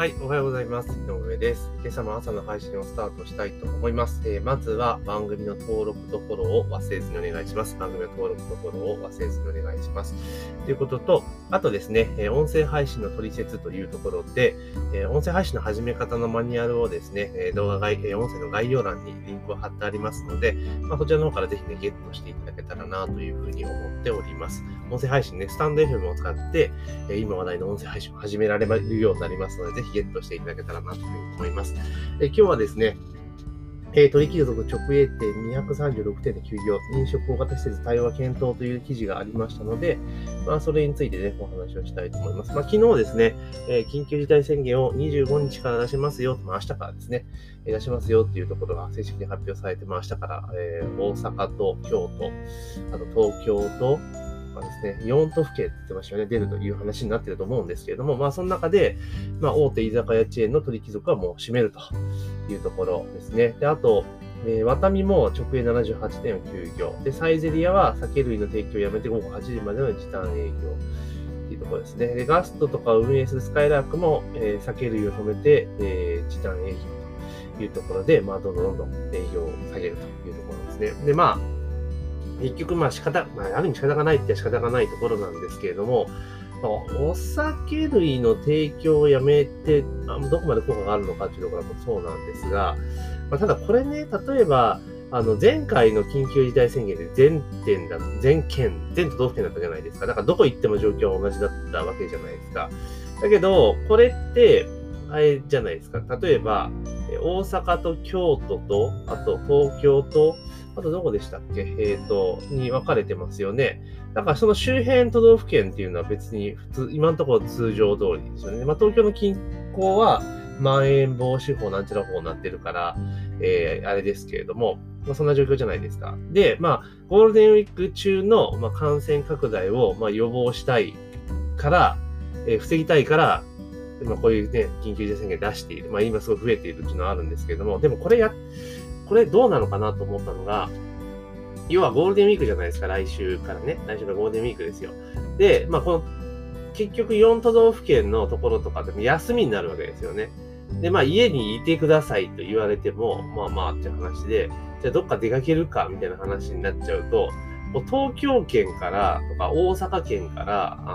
はい、おはようございます。井上です。今朝も朝の配信をスタートしたいと思います。まずは番組の登録とフォローを忘れずにお願いします。番組の登録とフォローを忘れずにお願いします。ということと、あとですね、音声配信の取説というところで、音声配信の始め方のマニュアルをですね、音声の概要欄にリンクを貼ってありますので、そちらの方からぜひね、ゲットしていただけたらなというふうに思っております。音声配信ね、スタンド FM を使って、今話題の音声配信を始められるようになりますので、ぜひゲットしていただけたらなというふうに思います。今日はですね、取引所直営店236店で休業、飲食大型施設対応は検討という記事がありましたので、それについてね、お話をしたいと思います。昨日ですね、緊急事態宣言を25日から出しますよ、明日からですね、出しますよっていうところが正式に発表されて、明日から、大阪と京都、あと東京と、ですね、4都府県って言ってましたよね、出るという話になっていると思うんですけれども、その中で、大手居酒屋チェーンの取引所はもう閉めるというところですね。で、あと、ワタミも直営78店を休業。で、サイゼリヤは酒類の提供をやめて午後8時までの時短営業っていうところですね。で、ガストとかを運営するスカイラークも、酒類を止めて、時短営業というところで、どんどん営業を下げるというところですね。で、結局、ある意味仕方がないって仕方がないところなんですけれども、お酒類の提供をやめて、どこまで効果があるのかというところもそうなんですが、ただこれね、例えば、前回の緊急事態宣言で全都道府県だったじゃないですか。だからどこ行っても状況は同じだったわけじゃないですか。だけど、これって、あれじゃないですか。例えば、大阪と京都と、あと東京と、あとどこでしたっけに分かれてますよね。だからその周辺都道府県っていうのは別に今のところ通常通りですよね。東京の近郊は、まん延防止法なんちゃら法になってるから、あれですけれども、そんな状況じゃないですか。で、ゴールデンウィーク中の、感染拡大を、予防したいから、防ぎたいから、こういうね、緊急事態宣言出している。今すごい増えているっていうのはあるんですけれども、でもこれどうなのかなと思ったのが、要はゴールデンウィークじゃないですか、来週からゴールデンウィークですよ。で、この、結局4都道府県のところとかでも休みになるわけですよね。で、家にいてくださいと言われても、っていう話で、じゃあどっか出かけるかみたいな話になっちゃうと、東京圏からとか大阪県から、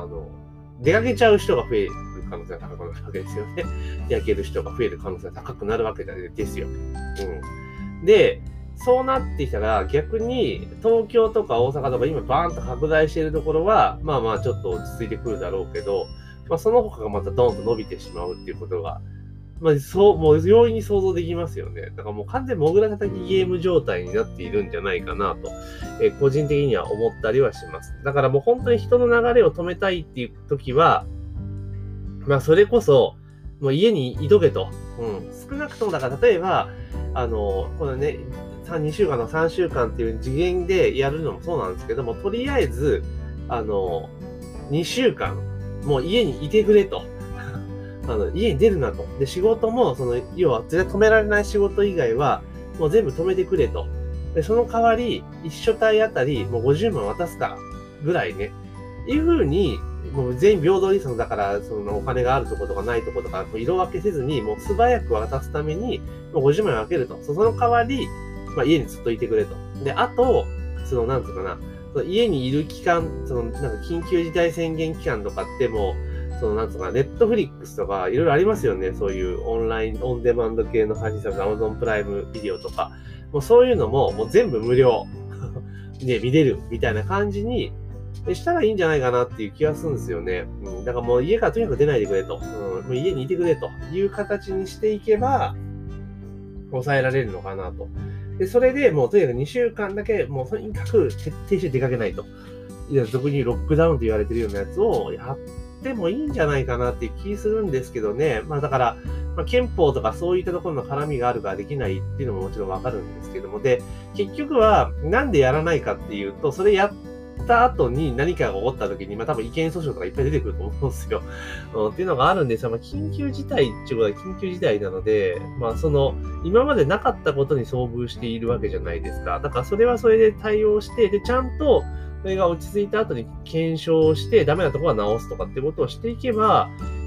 出かけちゃう人が増える可能性が高くなるわけですよね。出かける人が増える可能性が高くなるわけですよ。で、そうなってきたら逆に東京とか大阪とか今バーンと拡大しているところは、ちょっと落ち着いてくるだろうけど、その他がまたドーンと伸びてしまうっていうことが、もう容易に想像できますよね。だからもう完全にモグラ叩きゲーム状態になっているんじゃないかなと、個人的には思ったりはします。だからもう本当に人の流れを止めたいっていう時は、それこそ、もう家にいとけと。少なくともだから例えば、このね、2週間の3週間っていう次元でやるのもそうなんですけども、とりあえず、2週間、もう家にいてくれと。家に出るなと。で、仕事も、要は絶対止められない仕事以外は、もう全部止めてくれと。で、その代わり、一所帯あたり、もう50万渡すから、ぐらいね。いう風に、もう全員平等にだから、お金があるところとかないところとか、色分けせずに、もう素早く渡すために、もう50万分けると。その代わり、家にずっといてくれと。で、あと、なんつうかな、家にいる期間、緊急事態宣言期間とかってもう、なんつうか、ネットフリックスとか、いろいろありますよね。そういうオンライン、オンデマンド系の配信サービス、Amazon プライムビデオとか。もうそういうのも、もう全部無料で見れるみたいな感じにしたらいいんじゃないかなっていう気がするんですよね。だからもう家からとにかく出ないでくれと。もう家にいてくれという形にしていけば、抑えられるのかなと。で、それでもうとにかく2週間だけ、もうとにかく徹底して出かけないと。俗にロックダウンと言われてるようなやつをやってもいいんじゃないかなっていう気するんですけどね。だから、憲法とかそういったところの絡みがあるからできないっていうのももちろんわかるんですけども。で、結局はなんでやらないかっていうと、それやった後に何かが起こった時に、多分違憲訴訟とかいっぱい出てくると思うんですよ。っていうのがあるんですよ。緊急事態っていうことは緊急事態なので、今までなかったことに遭遇しているわけじゃないですか。だからそれはそれで対応して、で、ちゃんと、それが落ち着いた後に検証して、ダメなところは直すとかってことをしていけば、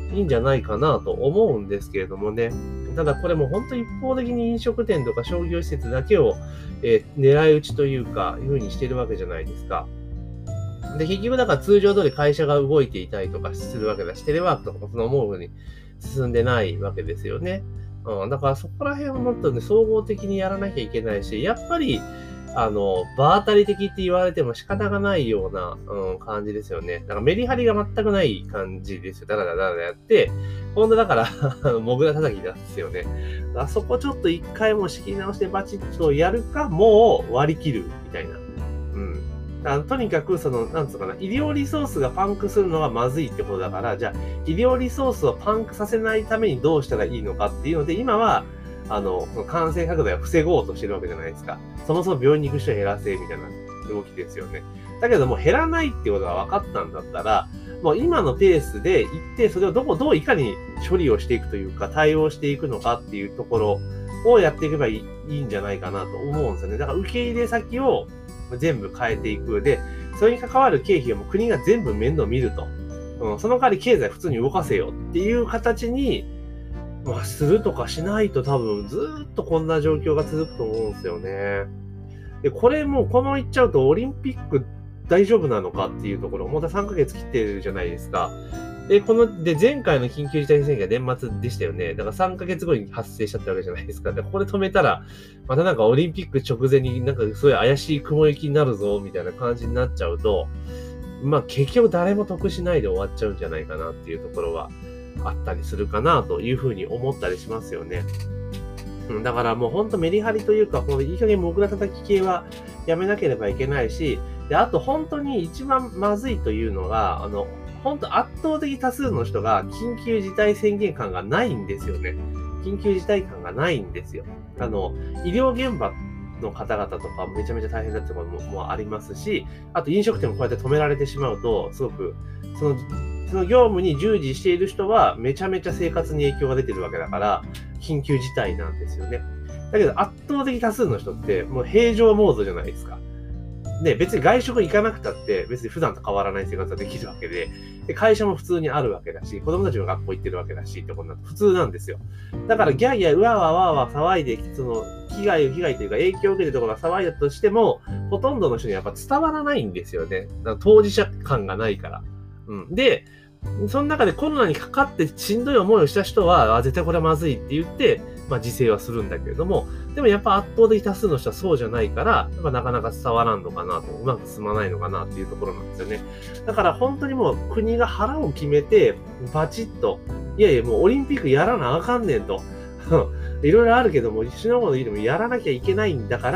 いいんじゃないかなと思うんですけれどもね。ただこれも本当一方的に飲食店とか商業施設だけを、狙い撃ちというか、いう風にしてるわけじゃないですか。で、結局だから通常通り会社が動いていたりとかするわけだし、テレワークとかもその思うように進んでないわけですよね。だからそこら辺をもっとね、総合的にやらなきゃいけないし、やっぱり、場当たり的って言われても仕方がないような、感じですよね。だからメリハリが全くない感じですよ。だらだらだらやって、ほんとだからモグラ叩きなんですよね。あそこちょっと一回も仕切り直してバチッとやるか、もう割り切るみたいな。とにかく、なんつうかな、医療リソースがパンクするのがまずいってことだから、じゃあ、医療リソースをパンクさせないためにどうしたらいいのかっていうので、今は、その感染拡大を防ごうとしてるわけじゃないですか。そもそも病院に行く人を減らせ、みたいな動きですよね。だけども、減らないってことが分かったんだったら、もう今のペースで行って、それをどういかに処理をしていくというか、対応していくのかっていうところをやっていけばいいんじゃないかなと思うんですよね。だから受け入れ先を全部変えていく。で、それに関わる経費をもう国が全部面倒見ると。その代わり経済普通に動かせよっていう形に、するとかしないと多分ずーっとこんな状況が続くと思うんですよね。で、これもうこの言っちゃうとオリンピック大丈夫なのかっていうところ、もう3ヶ月切ってるじゃないですか。で、前回の緊急事態宣言が年末でしたよね。だから3ヶ月後に発生しちゃったわけじゃないですか。で、ここで止めたら、またなんかオリンピック直前になんかすごい怪しい雲行きになるぞ、みたいな感じになっちゃうと、結局誰も得しないで終わっちゃうんじゃないかなっていうところはあったりするかなというふうに思ったりしますよね。だからもうほんとメリハリというか、いい加減モグラ叩き系はやめなければいけないし、で、あと本当に一番まずいというのが、本当圧倒的多数の人が緊急事態宣言感がないんですよね。緊急事態感がないんですよ。医療現場の方々とかめちゃめちゃ大変だってこともありますし、あと飲食店もこうやって止められてしまうと、すごく、その業務に従事している人はめちゃめちゃ生活に影響が出てるわけだから、緊急事態なんですよね。だけど圧倒的多数の人ってもう平常モードじゃないですか。で、別に外食行かなくたって別に普段と変わらない生活ができるわけで、会社も普通にあるわけだし、子供たちも学校行ってるわけだしってことになって普通なんですよ。だからギャーギャーうわわわわ騒いで、被害というか影響を受けてるところが騒いだとしても、ほとんどの人にやっぱ伝わらないんですよね。だから当事者感がないから。で、その中でコロナにかかってしんどい思いをした人は、絶対これはまずいって言って、自制はするんだけれども、でもやっぱ圧倒的多数の人はそうじゃないから、やっぱなかなか伝わらんのかなと、うまく進まないのかなっていうところなんですよね。だから本当にもう国が腹を決めて、バチッと、いやいやもうオリンピックやらなあかんねんと。いろいろあるけども、死のこと言ってもやらなきゃいけないんだから、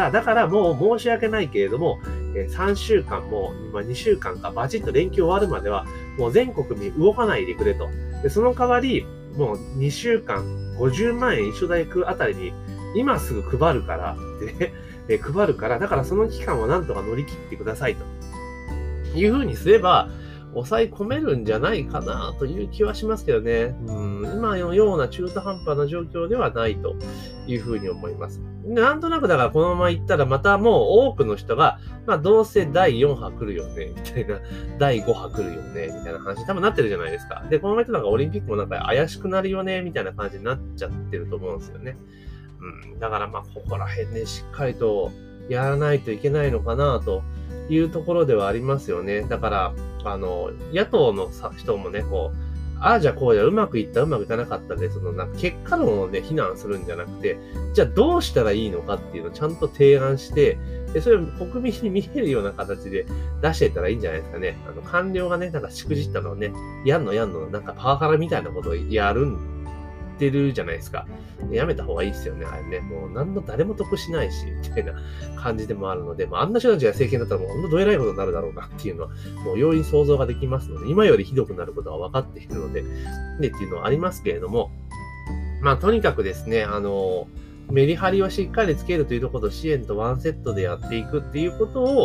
もう申し訳ないけれども、3週間も、2週間かバチッと連休終わるまでは、もう全国民動かないでくれと。で、その代わり、もう2週間、50万円一緒代あたりに、今すぐ配るからってね、配るから、だからその期間をなんとか乗り切ってくださいと。いう風にすれば、抑え込めるんじゃないかなという気はしますけどね。今のような中途半端な状況ではないというふうに思います。なんとなくだからこのまま行ったらまたもう多くの人が、どうせ第4波来るよね、みたいな、第5波来るよね、みたいな話多分なってるじゃないですか。で、このまま行ったらオリンピックもなんか怪しくなるよね、みたいな感じになっちゃってると思うんですよね。だからここら辺でしっかりとやらないといけないのかなというところではありますよね。だから、野党の人もね、ああじゃこうじゃうまくいった、うまくいかなかったで、結果論をね、非難するんじゃなくて、じゃあどうしたらいいのかっていうのをちゃんと提案して、で、それを国民に見えるような形で出していったらいいんじゃないですかね。官僚がね、なんかしくじったのをね、やんの、なんかパワハラみたいなことをやるってるじゃないですか。やめた方がいいですよね、あれね。もう誰も得しないし、みたいな感じでもあるので、あんな人たちが政権だったらもうほんとどえらいことになるだろうなっていうのは、もう容易に想像ができますので、今よりひどくなることは分かっているので、っていうのはありますけれども、とにかくですね、メリハリをしっかりつけるというところと支援とワンセットでやっていくっていうことを、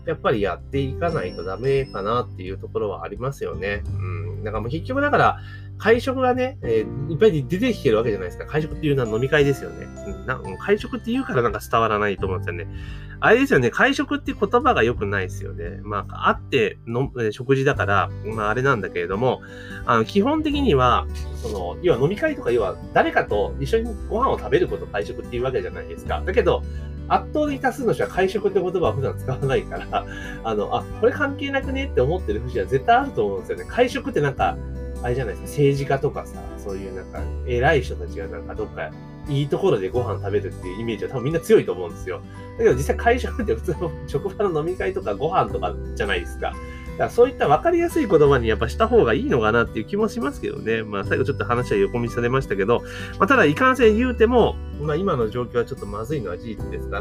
やっぱりやっていかないとダメかなっていうところはありますよね。だからもう結局だから、会食がね、いっぱい出てきてるわけじゃないですか。会食っていうのは飲み会ですよね。会食って言うからなんか伝わらないと思うんですよね。あれですよね、会食って言葉が良くないですよね。会っての食事だから、あれなんだけれども、基本的には、要は飲み会とか、要は誰かと一緒にご飯を食べることを会食っていうわけじゃないですか。だけど、圧倒的多数の人は会食って言葉は普段使わないから、これ関係なくねって思ってる節は絶対あると思うんですよね。会食ってなんか、あれじゃないですか、政治家とかさ、そういうなんか、偉い人たちがなんかどっかいいところでご飯食べるっていうイメージは多分みんな強いと思うんですよ。だけど実際会食って普通の職場の飲み会とかご飯とかじゃないですか。だからそういった分かりやすい言葉にやっぱした方がいいのかなっていう気もしますけどね。最後ちょっと話は横道されましたけど、ただいかんせん言うても、今の状況はちょっとまずいのは事実ですから、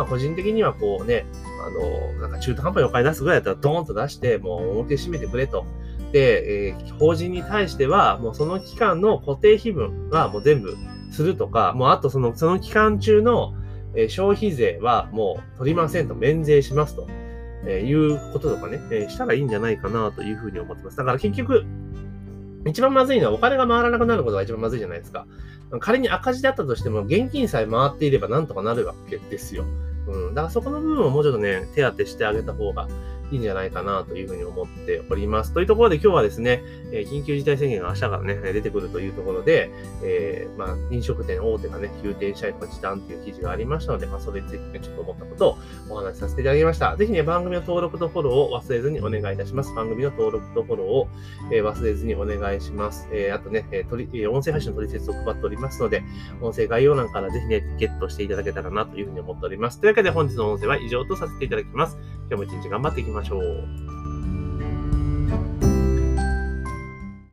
個人的にはこうね、なんか中途半端にお金出すぐらいだったらドーンと出して、もう表締めてくれと。で、法人に対しては、もうその期間の固定費分はもう全部するとか、もうあとその期間中の消費税はもう取りませんと、免税しますと、いうこととかね、したらいいんじゃないかなというふうに思ってます。だから結局、一番まずいのはお金が回らなくなることが一番まずいじゃないですか。仮に赤字だったとしても、現金さえ回っていればなんとかなるわけですよ。だからそこの部分をもうちょっとね、手当てしてあげた方がいいんじゃないかなというふうに思っております。というところで今日はですね、緊急事態宣言が明日からね、出てくるというところで、飲食店大手がね、休店したりとか時短という記事がありましたので、それについてね、ちょっと思ったことをお話しさせていただきました。ぜひね、番組の登録とフォローを忘れずにお願いいたします。番組の登録とフォローを忘れずにお願いします。あとね、音声配信の取説を配っておりますので、音声概要欄からぜひね、ゲットしていただけたらなというふうに思っております。というわけで本日の音声は以上とさせていただきます。今日も一日頑張っていきましょう。